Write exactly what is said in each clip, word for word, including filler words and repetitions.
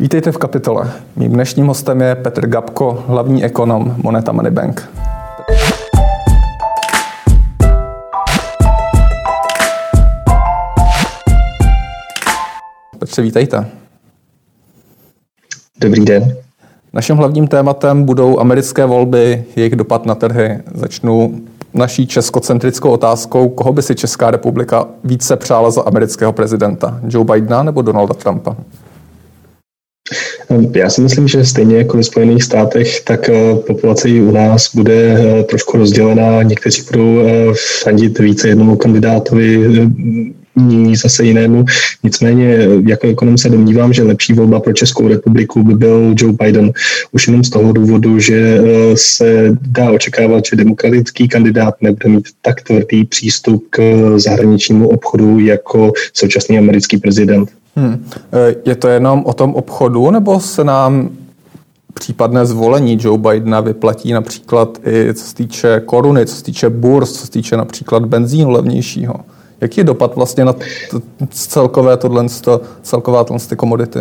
Vítejte v Kapitole. Mým dnešním hostem je Petr Gabko, hlavní ekonom Moneta Money Bank. Petře, vítejte. Dobrý den. Naším hlavním tématem budou americké volby, jejich dopad na trhy. Začnu naší českocentrickou otázkou, koho by si Česká republika více přála za amerického prezidenta? Joe Bidena nebo Donalda Trumpa? Já si myslím, že stejně jako ve Spojených státech, tak populace i u nás bude trošku rozdělená. Někteří budou fandit více jednomu kandidátovi, jiní zase jinému. Nicméně jako ekonom se domnívám, že lepší volba pro Českou republiku by byl Joe Biden. Už jenom z toho důvodu, že se dá očekávat, že demokratický kandidát nebude mít tak tvrdý přístup k zahraničnímu obchodu jako současný americký prezident. Hmm. Je to jenom o tom obchodu, nebo se nám případné zvolení Joe Bidena vyplatí například i co se týče koruny, co se týče burz, co se týče například benzínu levnějšího? Jaký je dopad vlastně na t- celkové tohle, celková tohle komodity?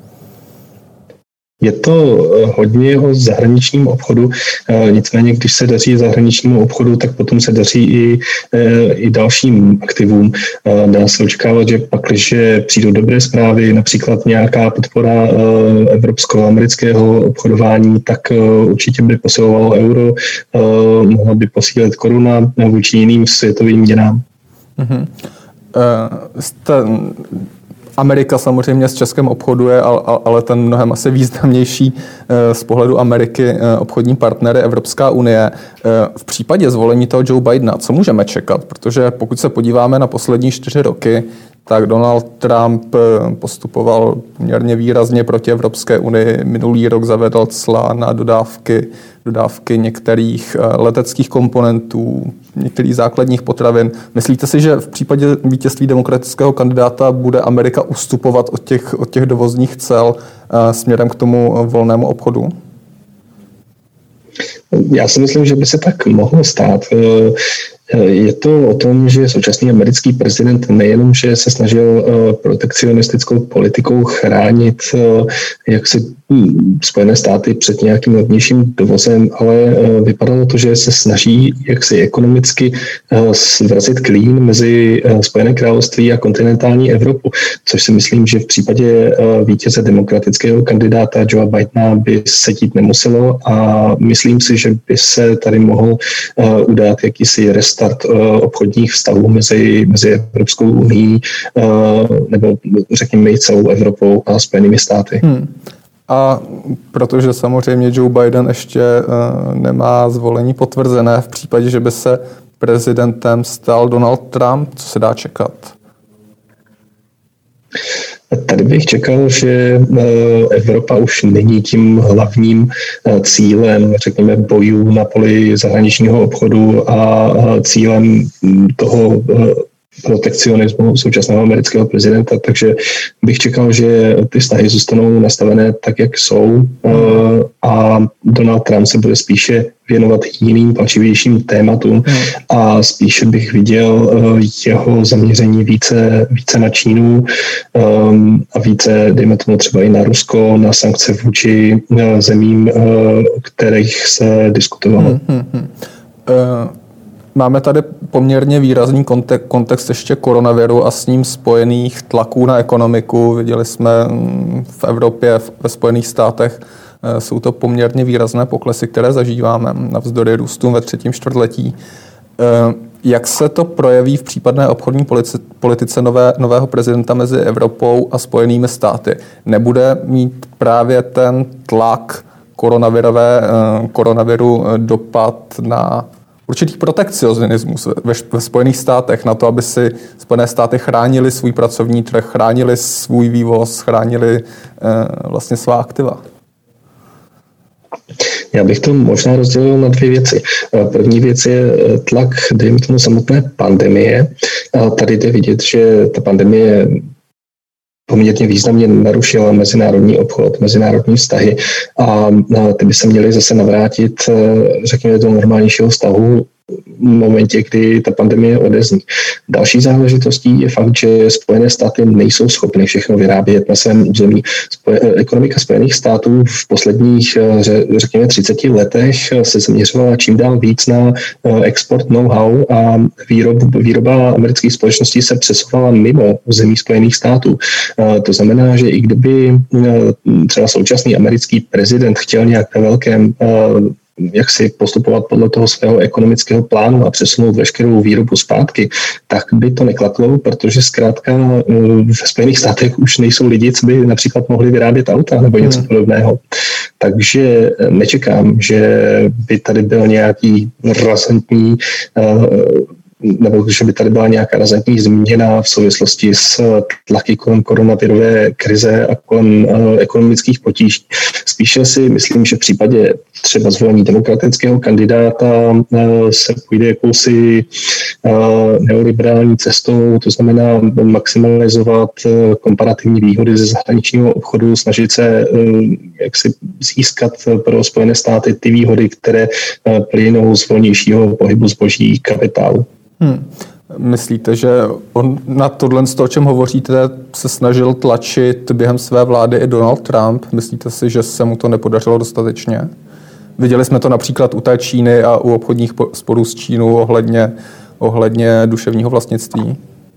Je to hodně o zahraničním obchodu, nicméně když se daří zahraničnímu obchodu, tak potom se daří i, i dalším aktivům. Dá se očekávat, že pak, když přijdou dobré zprávy, například nějaká podpora evropsko-amerického obchodování, tak určitě by posilovalo euro, mohla by posílit koruna vůči jiným světovým měnám. Mm-hmm. Uh, jste... Amerika samozřejmě s Českem obchoduje, ale ten mnohem asi významnější z pohledu Ameriky obchodní partner je Evropská unie. V případě zvolení toho Joe Bidena, co můžeme čekat? Protože pokud se podíváme na poslední čtyři roky, tak Donald Trump postupoval poměrně výrazně proti Evropské unii. Minulý rok zavedl cla na dodávky, dodávky některých leteckých komponentů, některých základních potravin. Myslíte si, že v případě vítězství demokratického kandidáta bude Amerika ustupovat od těch, od těch dovozních cel směrem k tomu volnému obchodu? Já si myslím, že by se tak mohlo stát. Je to o tom, že současný americký prezident nejenom, že se snažil protekcionistickou politikou chránit jaksi Spojené státy před nějakým levnějším dovozem, ale vypadalo to, že se snaží jaksi ekonomicky zvrazit klín mezi Spojené království a kontinentální Evropu, což si myslím, že v případě vítěze demokratického kandidáta Joea Bidena by se dít nemuselo a myslím si, že by se tady mohl udát jakýsi restart obchodních vztahů mezi, mezi Evropskou unií nebo řekněme i celou Evropou a Spojenými státy. Hmm. A protože samozřejmě Joe Biden ještě uh, nemá zvolení potvrzené, v případě, že by se prezidentem stal Donald Trump, co se dá čekat? Tady bych čekal, že Evropa už není tím hlavním cílem, řekněme, bojů na poli zahraničního obchodu a cílem toho protekcionismu současného amerického prezidenta, takže bych čekal, že ty vztahy zůstanou nastavené tak, jak jsou a Donald Trump se bude spíše věnovat jiným palčivějším tématům a spíše bych viděl jeho zaměření více, více na Čínu a více, dejme tomu třeba i na Rusko, na sankce vůči zemím, o kterých se diskutovalo. Hmm, hmm, hmm. Uh... Máme tady poměrně výrazný kontek- kontext ještě koronaviru a s ním spojených tlaků na ekonomiku. Viděli jsme v Evropě, ve Spojených státech, jsou to poměrně výrazné poklesy, které zažíváme navzdory růstům ve třetím čtvrtletí. Jak se to projeví v případné obchodní politice nové, nového prezidenta mezi Evropou a Spojenými státy? Nebude mít právě ten tlak koronavirové, koronaviru dopad na určitý protekcionismus ve, ve Spojených státech na to, aby si Spojené státy chránili svůj pracovní trh, chránili svůj vývoz, chránili eh, vlastně svá aktiva? Já bych to možná rozdělil na dvě věci. První věc je tlak, dejme tomu, samotné pandemie. A tady jde vidět, že ta pandemie poměrně významně narušila mezinárodní obchod, mezinárodní vztahy a ty by se měly zase navrátit, řekněme, do normálnějšího stavu momentě, kdy ta pandemie odezní. Další záležitostí je fakt, že Spojené státy nejsou schopny všechno vyrábět na svém území. Ekonomika Spojených států v posledních, řekněme, třiceti letech se zaměřovala čím dál víc na export know-how a výrob, výroba amerických společností se přesouvala mimo území Spojených států. To znamená, že i kdyby třeba současný americký prezident chtěl nějak ve velkém jak si postupovat podle toho svého ekonomického plánu a přesunout veškerou výrobu zpátky, tak by to neklaplo, protože zkrátka v Spojených státech už nejsou lidi, co by například mohli vyrábět auta nebo něco podobného. Takže nečekám, že by tady byl nějaký razantní nebo že by tady byla nějaká razantní změna v souvislosti s tlaky kolem koronavirové krize a kolem uh, ekonomických potíží. Spíše si myslím, že v případě třeba zvolení demokratického kandidáta uh, se půjde jakousi uh, neoliberální cestou, to znamená maximalizovat uh, komparativní výhody ze zahraničního obchodu, snažit se uh, jak si získat pro Spojené státy ty výhody, které uh, plynou z volnějšího pohybu zboží kapitálu. Hmm. Myslíte, že on na tohle, o čem hovoříte, se snažil tlačit během své vlády i Donald Trump? Myslíte si, že se mu to nepodařilo dostatečně? Viděli jsme to například u té Číny a u obchodních sporů s Čínou ohledně, ohledně duševního vlastnictví.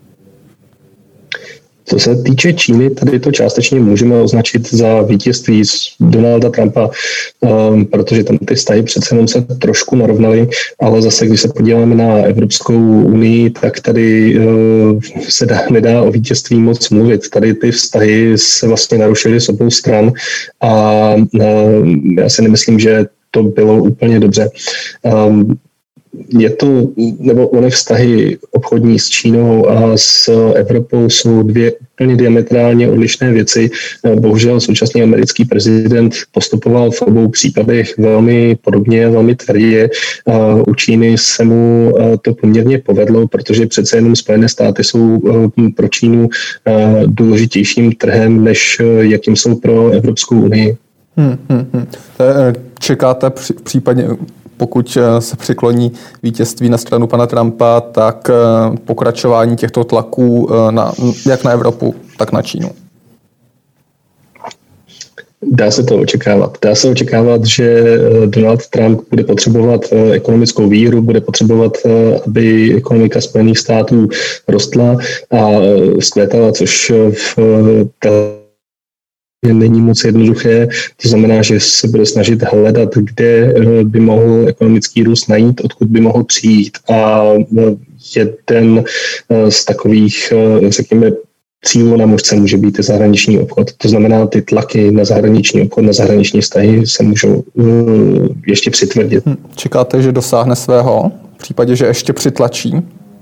Co se týče Číny, tady to částečně můžeme označit za vítězství z Donalda Trumpa, um, protože tam ty vztahy přece jenom se trošku narovnaly, ale zase, když se podíváme na Evropskou unii, tak tady uh, se dá, nedá o vítězství moc mluvit. Tady ty vztahy se vlastně narušily s obou stran a uh, já si nemyslím, že to bylo úplně dobře. Um, Je to, nebo ony vztahy obchodní s Čínou a s Evropou jsou dvě úplně diametrálně odlišné věci. Bohužel současný americký prezident postupoval v obou případech velmi podobně, velmi tvrdě. U Číny se mu to poměrně povedlo, protože přece jenom Spojené státy jsou pro Čínu důležitějším trhem, než jakým jsou pro Evropskou unii. Hmm, hmm, hmm. Čekáte při, případně, pokud se přikloní vítězství na stranu pana Trumpa, tak pokračování těchto tlaků na, jak na Evropu, tak na Čínu? Dá se to očekávat. Dá se očekávat, že Donald Trump bude potřebovat ekonomickou výhru, bude potřebovat, aby ekonomika Spojených států rostla a vzkvétala, což v není moc jednoduché, to znamená, že se bude snažit hledat, kde by mohl ekonomický růst najít, odkud by mohl přijít. A jeden z takových, řekněme, cílů na mužce může být i zahraniční obchod. To znamená, ty tlaky na zahraniční obchod, na zahraniční vztahy se můžou ještě přitvrdit. Čekáte, že dosáhne svého? V případě, že ještě přitlačí?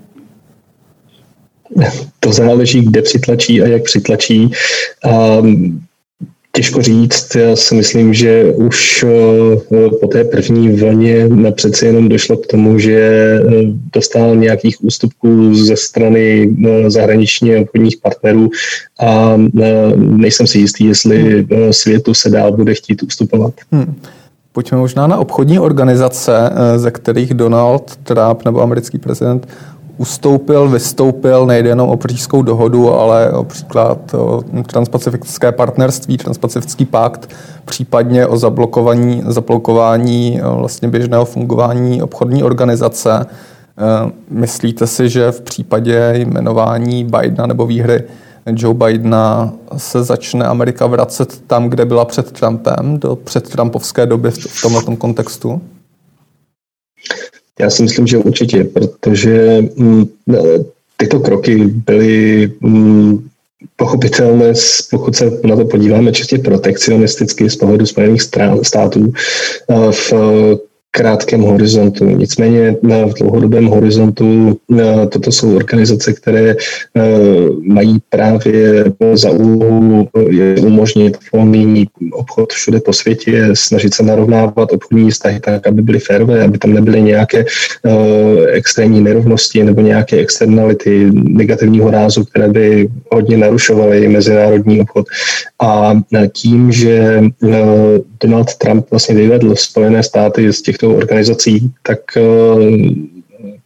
To záleží, kde přitlačí a jak přitlačí. A těžko říct, já si myslím, že už po té první vlně přece jenom došlo k tomu, že dostal nějakých ústupků ze strany zahraničně obchodních partnerů a nejsem si jistý, jestli světu se dál bude chtít ustupovat. Hmm. Pojďme možná na obchodní organizace, ze kterých Donald Trump nebo americký prezident ustoupil, vystoupil, nejde jenom o Pařížskou dohodu, ale o příklad o transpacifické partnerství, transpacifický pakt, případně o zablokování, zablokování vlastně běžného fungování obchodní organizace. Myslíte si, že v případě jmenování Bidena nebo výhry Joe Bidena se začne Amerika vracet tam, kde byla před Trumpem, do předtrumpovské doby v tomto kontextu? Já si myslím, že určitě, protože tyto kroky byly pochopitelné, pokud se na to podíváme čistě protekcionisticky z pohledu Spojených států v krátkém horizontu. Nicméně v dlouhodobém horizontu toto jsou organizace, které mají právě za úlohu umožnit volný obchod všude po světě, snažit se narovnávat obchodní vztahy tak, aby byly férové, aby tam nebyly nějaké extrémní nerovnosti nebo nějaké externality negativního rázu, které by hodně narušovaly mezinárodní obchod. A tím, že Donald Trump vlastně vyvedl Spojené státy z těchto organizací, tak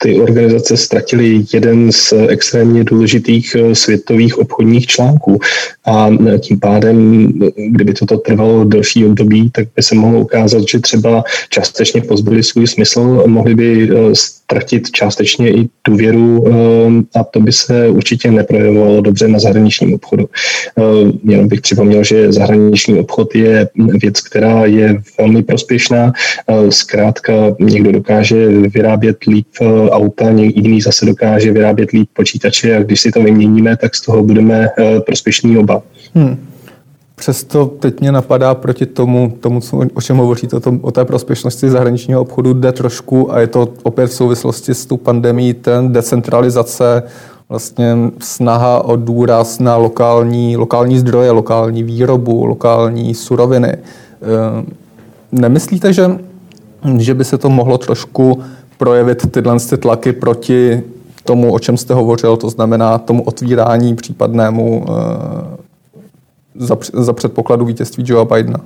ty organizace ztratily jeden z extrémně důležitých světových obchodních článků a tím pádem, kdyby toto trvalo delší období, tak by se mohlo ukázat, že třeba částečně pozbyli svůj smysl, mohli by ztratit částečně i důvěru a to by se určitě neprojevovalo dobře na zahraničním obchodu. Jenom bych připomněl, že zahraniční obchod je věc, která je velmi prospěšná. Zkrátka někdo dokáže vyrábět líp auta, jiný zase dokáže vyrábět líp počítače a když si to vyměníme, tak z toho budeme prospěšní oba. Hmm. Přesto teď mě napadá proti tomu, tomu co, o čem hovoříte, o, tom, o té prospěšnosti zahraničního obchodu jde trošku a je to opět v souvislosti s tou pandemií, ten decentralizace, vlastně snaha o důraz na lokální, lokální zdroje, lokální výrobu, lokální suroviny. Nemyslíte, že, že by se to mohlo trošku projevit tyhle ty tlaky proti tomu, o čem jste hovořil, to znamená tomu otvírání případnému za, za předpokladu vítězství Joea Bidena?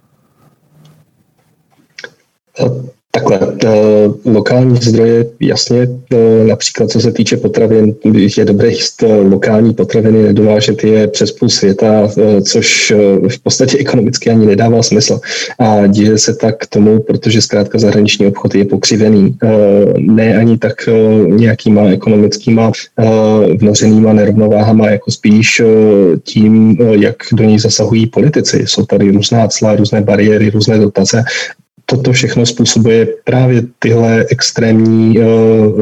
Takhle, lokální zdroje, jasně, například co se týče potravin, je dobré jíst lokální potraviny, nedovážet je přes půl světa, což v podstatě ekonomicky ani nedává smysl. A děje se tak tomu, protože zkrátka zahraniční obchod je pokřivený. Ne ani tak nějakýma ekonomickýma vnořenýma nerovnováhama, jako spíš tím, jak do ní zasahují politici. Jsou tady různá cla, různé bariéry, různé dotace. Toto všechno způsobuje právě tyhle extrémní uh,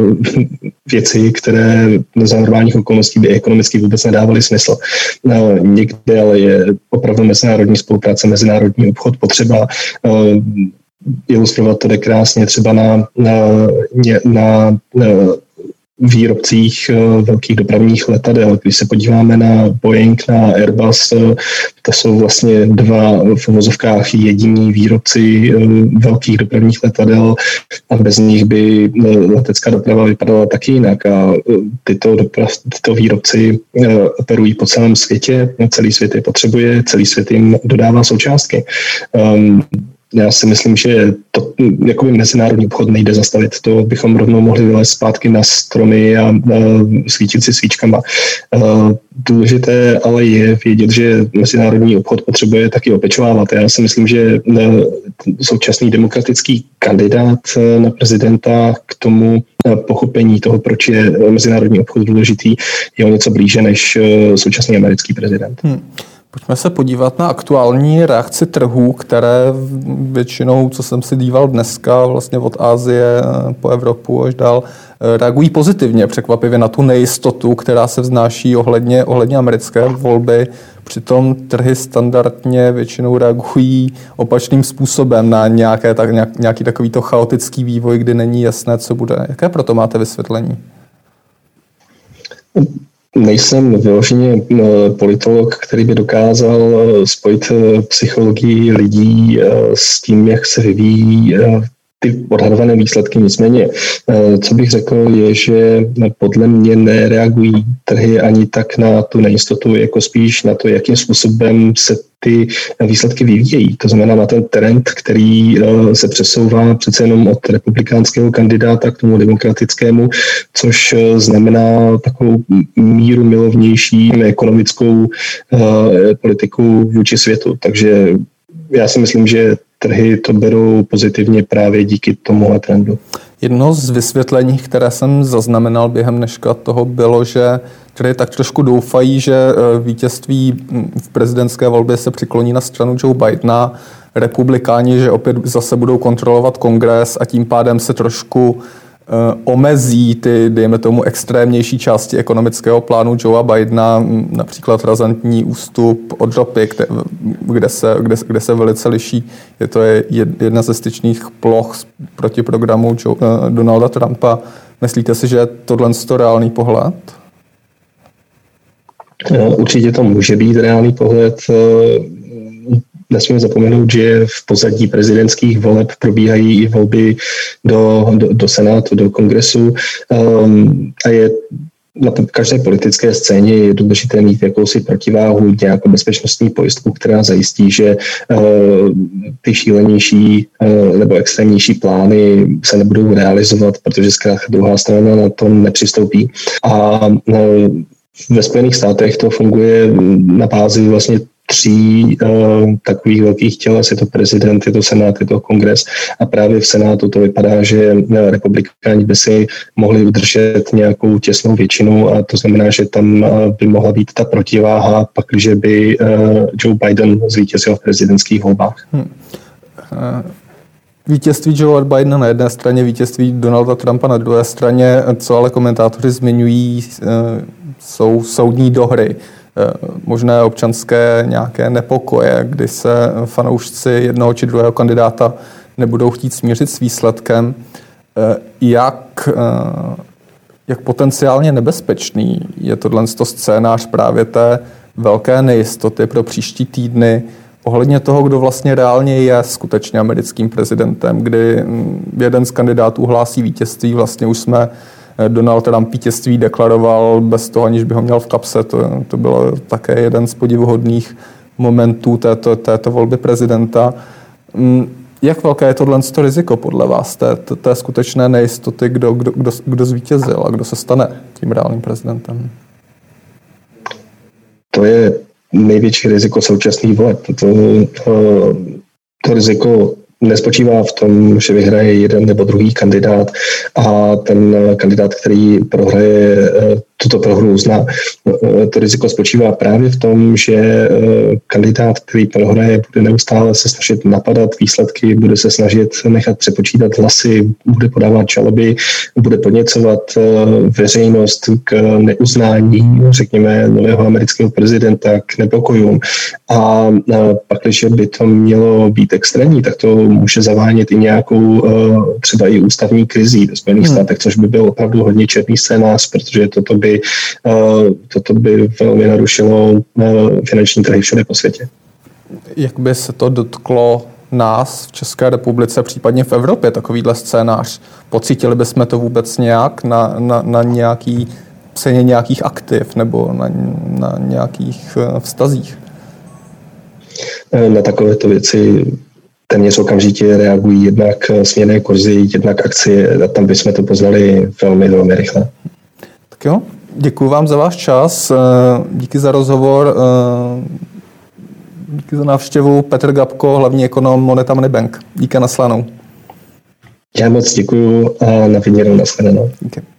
věci, které za normálních okolností by ekonomicky vůbec nedávaly smysl. Uh, někde ale je opravdu mezinárodní spolupráce, mezinárodní obchod potřeba. Uh, ilustrovat to jde krásně třeba na, na, na, na výrobcích velkých dopravních letadel. Když se podíváme na Boeing, na Airbus, to jsou vlastně dva v uvozovkách jediní výrobci velkých dopravních letadel a bez nich by letecká doprava vypadala taky jinak. A tyto, doprav, tyto výrobci operují po celém světě, celý svět je potřebuje, celý svět jim dodává součástky. Um, Já si myslím, že to jakoby mezinárodní obchod nejde zastavit. To bychom rovnou mohli vylézt zpátky na stromy a, a svítit si svíčkama. Uh, důležité ale je vědět, že mezinárodní obchod potřebuje taky opečovávat. Já si myslím, že uh, současný demokratický kandidát uh, na prezidenta k tomu uh, pochopení toho, proč je mezinárodní obchod důležitý, je o něco blíže než uh, současný americký prezident. Hmm. Pojďme se podívat na aktuální reakci trhů, které většinou, co jsem si díval dneska, vlastně od Asie po Evropu až dál, reagují pozitivně, překvapivě na tu nejistotu, která se vznáší ohledně, ohledně americké volby. Přitom trhy standardně většinou reagují opačným způsobem na nějaké, tak, nějaký takovýto chaotický vývoj, kdy není jasné, co bude. Jaké proto máte vysvětlení? Nejsem vyloženě politolog, který by dokázal spojit psychologii lidí s tím, jak se vyvíjí ty odhadované výsledky. Nicméně, co bych řekl, je, že podle mě nereagují trhy ani tak na tu nejistotu, jako spíš na to, jakým způsobem se ty výsledky vyvíjejí. To znamená na ten trend, který se přesouvá přece jenom od republikánského kandidáta k tomu demokratickému, což znamená takovou míru milovnější ekonomickou politiku vůči světu. Takže já si myslím, že trhy to berou pozitivně právě díky tomuhle trendu. Jedno z vysvětlení, které jsem zaznamenal během dneška toho, bylo, že trhy tak trošku doufají, že vítězství v prezidentské volbě se přikloní na stranu Joe Bidena, republikáni, že opět zase budou kontrolovat kongres a tím pádem se trošku omezí ty, dejme tomu, extrémnější části ekonomického plánu Joea Bidena, například razantní ústup od ropy, kde se, kde, kde se velice liší. Je to jedna ze styčných ploch proti programu Joe, Donalda Trumpa. Myslíte si, že je tohle reálný pohled? Určitě to může být reálný pohled. Nesmíme zapomenout, že v pozadí prezidentských voleb probíhají i volby do, do, do Senátu, do kongresu um, a je na každé politické scéně je důležité mít jakousi protiváhu, nějakou bezpečnostní pojistku, která zajistí, že uh, ty šílenější uh, nebo extrémnější plány se nebudou realizovat, protože zkrátka druhá strana na to nepřistoupí. A uh, ve Spojených státech to funguje na bázi vlastně tří uh, takových velkých těles, je to prezident, je to senát, je to kongres a právě v senátu to vypadá, že republikáni by si mohli udržet nějakou těsnou většinu a to znamená, že tam uh, by mohla být ta protiváha, pakliže by uh, Joe Biden zvítězil v prezidentských volbách. Hmm. Uh. Vítězství Joe Bidena na jedné straně, vítězství Donalda Trumpa na druhé straně, co ale komentátoři zmiňují, jsou soudní dohry, možné občanské nějaké nepokoje, kdy se fanoušci jednoho či druhého kandidáta nebudou chtít smířit s výsledkem. Jak, jak potenciálně nebezpečný je tohle scénář právě té velké nejistoty pro příští týdny, ohledně toho, kdo vlastně reálně je skutečně americkým prezidentem, kdy jeden z kandidátů hlásí vítězství, vlastně už jsme Donald Trump vítězství deklaroval bez toho, aniž by ho měl v kapse. To, to bylo také jeden z podivuhodných momentů této, této volby prezidenta. Jak velké je tohle riziko podle vás, té, té skutečné nejistoty, kdo, kdo, kdo, kdo zvítězil a kdo se stane tím reálným prezidentem? To je největší riziko současných voleb. To, to, to riziko nespočívá v tom, že vyhraje jeden nebo druhý kandidát a ten kandidát, který prohraje, tuto prohru uzná. To riziko spočívá právě v tom, že kandidát, který prohraje, bude neustále se snažit napadat výsledky, bude se snažit nechat přepočítat hlasy, bude podávat žaloby, bude podněcovat veřejnost k neuznání, řekněme, nového amerického prezidenta, k nepokojům. A pak, když by to mělo být extrémní, tak to může zavánět i nějakou třeba i ústavní krizí ve Spojených hmm. státech, což by byl opravdu hodně černý scénář, protože toto by Uh, toto by velmi narušilo uh, finanční trhy všude po světě. Jak by se to dotklo nás v České republice, případně v Evropě, takovýhle scénář? Pocítili bychom to vůbec nějak na, na, na nějaký ceně nějakých aktiv nebo na, na nějakých vztazích? Na takovéto věci téměř okamžitě reagují jednak směnné kurzy, jednak akcie a tam bychom to poznali velmi, velmi rychle. Tak jo. Děkuji vám za váš čas, díky za rozhovor, díky za návštěvu. Petr Gabko, hlavní ekonom Moneta Money Bank. Díky, nasledanou. Já moc děkuji a na viděnou, nasledanou. Díky.